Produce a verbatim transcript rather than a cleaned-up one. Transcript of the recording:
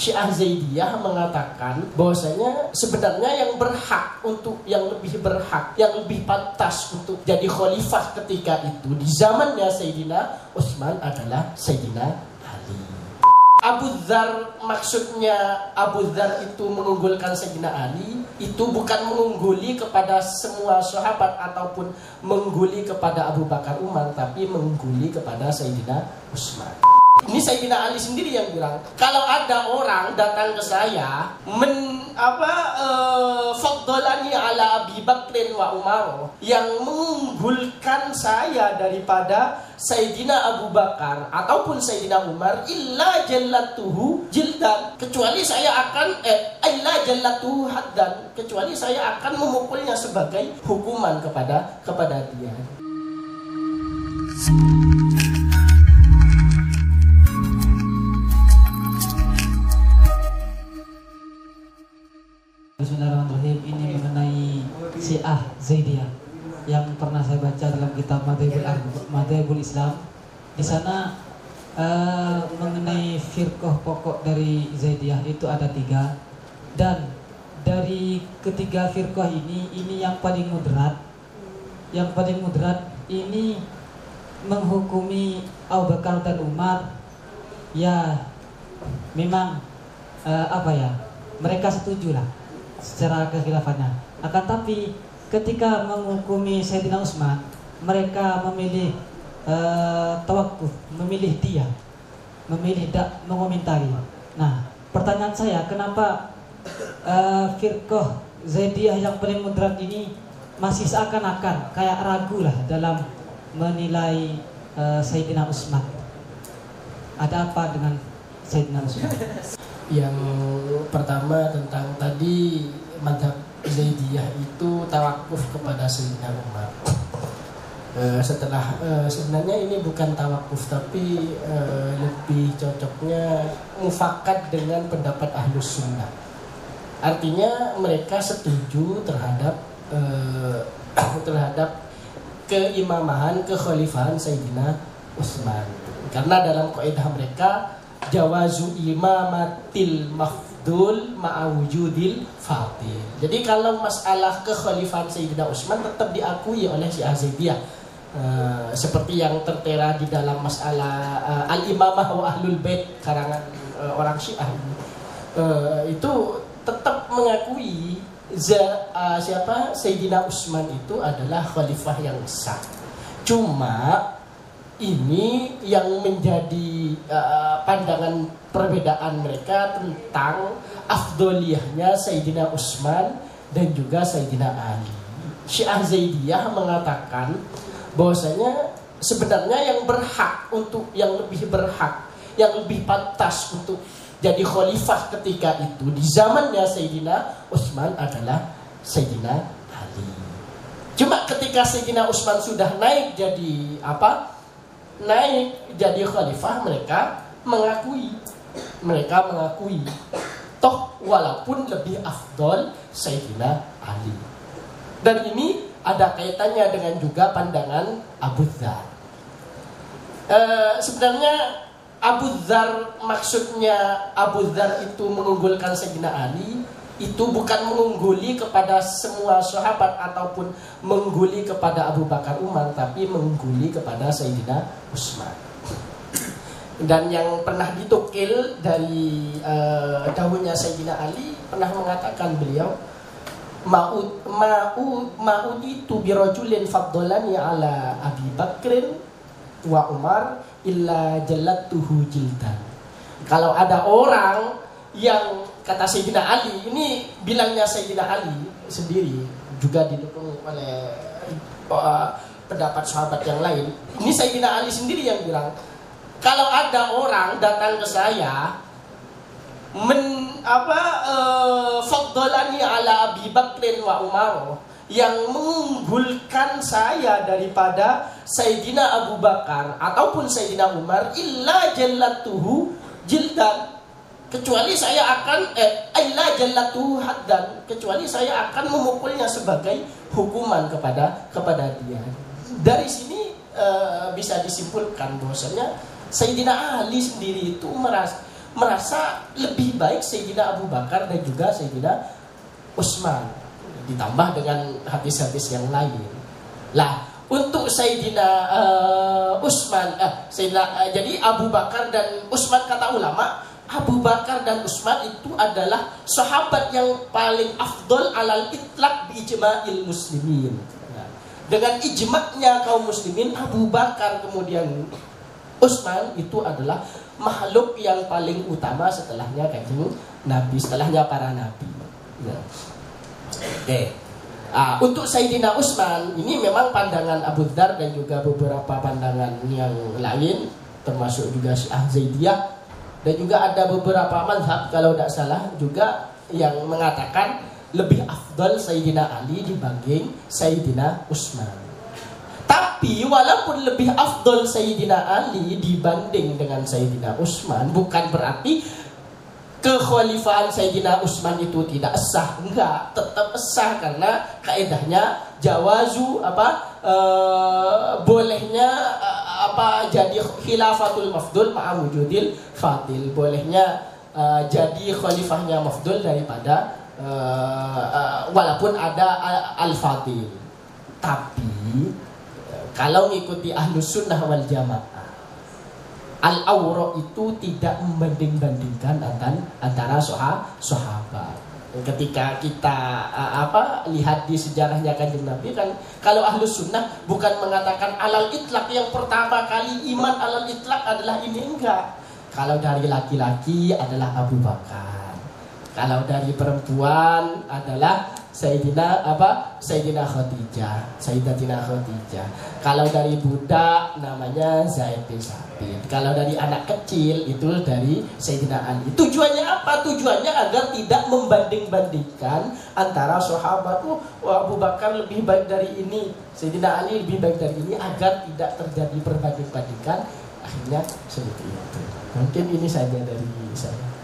Syiah Zaidiyah mengatakan bahwasanya sebenarnya yang berhak untuk yang lebih berhak, yang lebih pantas untuk jadi khalifah ketika itu di zamannya Sayyidina Utsman adalah Sayyidina Ali. Abu Dzar, maksudnya Abu Dzar itu mengunggulkan Sayyidina Ali, itu bukan mengungguli kepada semua sahabat ataupun mengungguli kepada Abu Bakar Umar, tapi mengungguli kepada Sayyidina Utsman. Ini Sayyidina Ali sendiri yang bilang, kalau ada orang datang ke saya men apa uh, faddalani ala Abi Bakrin wa Umar, yang mengunggulkan saya daripada Sayyidina Abu Bakar ataupun Sayyidina Umar, illa jallatuhu jildan, kecuali saya akan eh illa jallatuhu haddan, kecuali saya akan memukulnya sebagai hukuman kepada kepada dia. Bismillahirrahmanirrahim. Ini mengenai Syiah Zaidiyah yang pernah saya baca dalam kitab Madzhabul Islam. Di sana uh, mengenai firqah pokok dari Zaidiyah itu ada tiga, dan dari ketiga firqah ini, ini yang paling moderat. Yang paling moderat ini menghukumi Abu Bakar dan Umar. Ya, memang uh, apa ya? Mereka setuju lah secara kekhilafannya. Akan tapi ketika menghukumi Sayyidina Utsman, mereka memilih uh, tawakuf, memilih diam, memilih tak mengomentari. Nah, pertanyaan saya, kenapa uh, firqah Zaidiyah yang paling moderat ini masih seakan-akan kayak ragu lah dalam menilai uh, Sayyidina Utsman? Ada apa dengan Sayyidina Utsman? Yang pertama tentang tadi mazhab Zaidiyah itu tawakuf kepada Sayyidina Umar. E, setelah e, sebenarnya ini bukan tawakuf, tapi e, lebih cocoknya mufakat dengan pendapat Ahlus Sunnah. Artinya mereka setuju terhadap e, terhadap keimamahan, kekhalifahan Sayyidina Utsman. Karena dalam kaidah mereka jawazu imamatil mafdul ma'awujudil fadil. Jadi kalau masalah kekhalifahan Sayyidina Utsman tetap diakui oleh Syiah Zaidiyah, uh, seperti yang tertera di dalam masalah uh, al-imamah wa ahlul bait karangan uh, orang Syiah ini. Uh, itu tetap mengakui za, uh, siapa Sayyidina Utsman itu adalah khalifah yang sah. Cuma ini yang menjadi uh, pandangan perbedaan mereka tentang afdoliyahnya Sayyidina Utsman dan juga Sayyidina Ali. Syiah Zaidiyah mengatakan bahwasanya sebenarnya yang berhak untuk yang lebih berhak, yang lebih pantas untuk jadi khalifah ketika itu di zamannya Sayyidina Utsman adalah Sayyidina Ali. Cuma ketika Sayyidina Utsman sudah naik jadi apa? naik jadi khalifah, mereka mengakui mereka mengakui toh walaupun lebih afdol Sayyidina Ali. Dan ini ada kaitannya dengan juga pandangan Abu Dzar. E, sebenarnya Abu Dzar, maksudnya Abu Dzar itu mengunggulkan Sayyidina Ali, itu bukan mengungguli kepada semua sahabat ataupun mengungguli kepada Abu Bakar Umar, tapi mengungguli kepada Sayyidina Utsman. Dan yang pernah ditukil dari uh, dahulunya Sayyidina Ali, pernah mengatakan beliau, ma'ud ma'ud ma'ud itu birajulin faddalani ala Abi Bakrin wa Umar illa jallatuhu jildan. Kalau ada orang yang kata Sayyidina Ali, ini bilangnya Sayyidina Ali sendiri, juga didukung oleh uh, pendapat sahabat yang lain. Ini Sayyidina Ali sendiri yang bilang, kalau ada orang datang ke saya men apa uh, faddalani ala Abi Bakrin wa Umar, yang mengunggulkan saya daripada Sayyidina Abu Bakar ataupun Sayyidina Umar, illa jallatuhu jildan, kecuali saya akan eh illa jallatuhu haddan, kecuali saya akan memukulnya sebagai hukuman kepada kepada dia. Dari sini uh, bisa disimpulkan bahwasanya Sayyidina Ali sendiri itu merasa merasa lebih baik Sayyidina Abu Bakar dan juga Sayyidina Utsman, ditambah dengan hadis-hadis yang lain. Lah, untuk Sayyidina uh, Utsman, uh, Sayyidina, uh, jadi Abu Bakar dan Utsman, kata ulama, Abu Bakar dan Utsman itu adalah sahabat yang paling afdol alal itlaq bi ijma'il muslimin. Nah, dengan ijma'nya kaum muslimin, Abu Bakar kemudian Utsman itu adalah makhluk yang paling utama setelahnya kanjeng Nabi, setelahnya para nabi. Ya. Oke. Ah, untuk Sayyidina Utsman ini memang pandangan Abu Dzar dan juga beberapa pandangan yang lain, termasuk juga Syiah Zaidiyah, dan juga ada beberapa mazhab kalau tidak salah juga yang mengatakan lebih afdal Sayyidina Ali dibanding Sayyidina Utsman. Tapi walaupun lebih afdal Sayyidina Ali dibanding dengan Sayyidina Utsman, bukan berarti kekhalifahan Sayyidina Utsman itu tidak sah. Enggak, tetap sah, karena kaedahnya jawazu apa e, bolehnya e, apa jadi khilafatul mafdul ma'a wujudil fadil, bolehnya e, jadi khalifahnya mafdul daripada e, e, walaupun ada al-fadil. Tapi kalau mengikuti ahlus sunnah wal jamaah, al-awra itu tidak membanding-bandingkan antara sahabat. Ketika kita uh, apa lihat di sejarahnya kanjeng Nabi kan, kalau ahlus sunnah bukan mengatakan alal itlaq yang pertama kali iman alal itlaq adalah ini, enggak. Kalau dari laki-laki adalah Abu Bakar, kalau dari perempuan adalah Sayyidina apa Sayyidina Khadijah, Sayyidatina Khadijah. Kalau dari budak namanya Zaid bin Sabit. Kalau dari anak kecil itu dari Sayyidina Ali. Tujuannya apa? Tujuannya agar tidak membanding-bandingkan antara sahabat. Oh, Abu Bakar lebih baik dari ini, Sayyidina Ali lebih baik dari ini, agar tidak terjadi perbanding-bandingkan. Akhirnya seperti itu. Mungkin ini saja dari saya.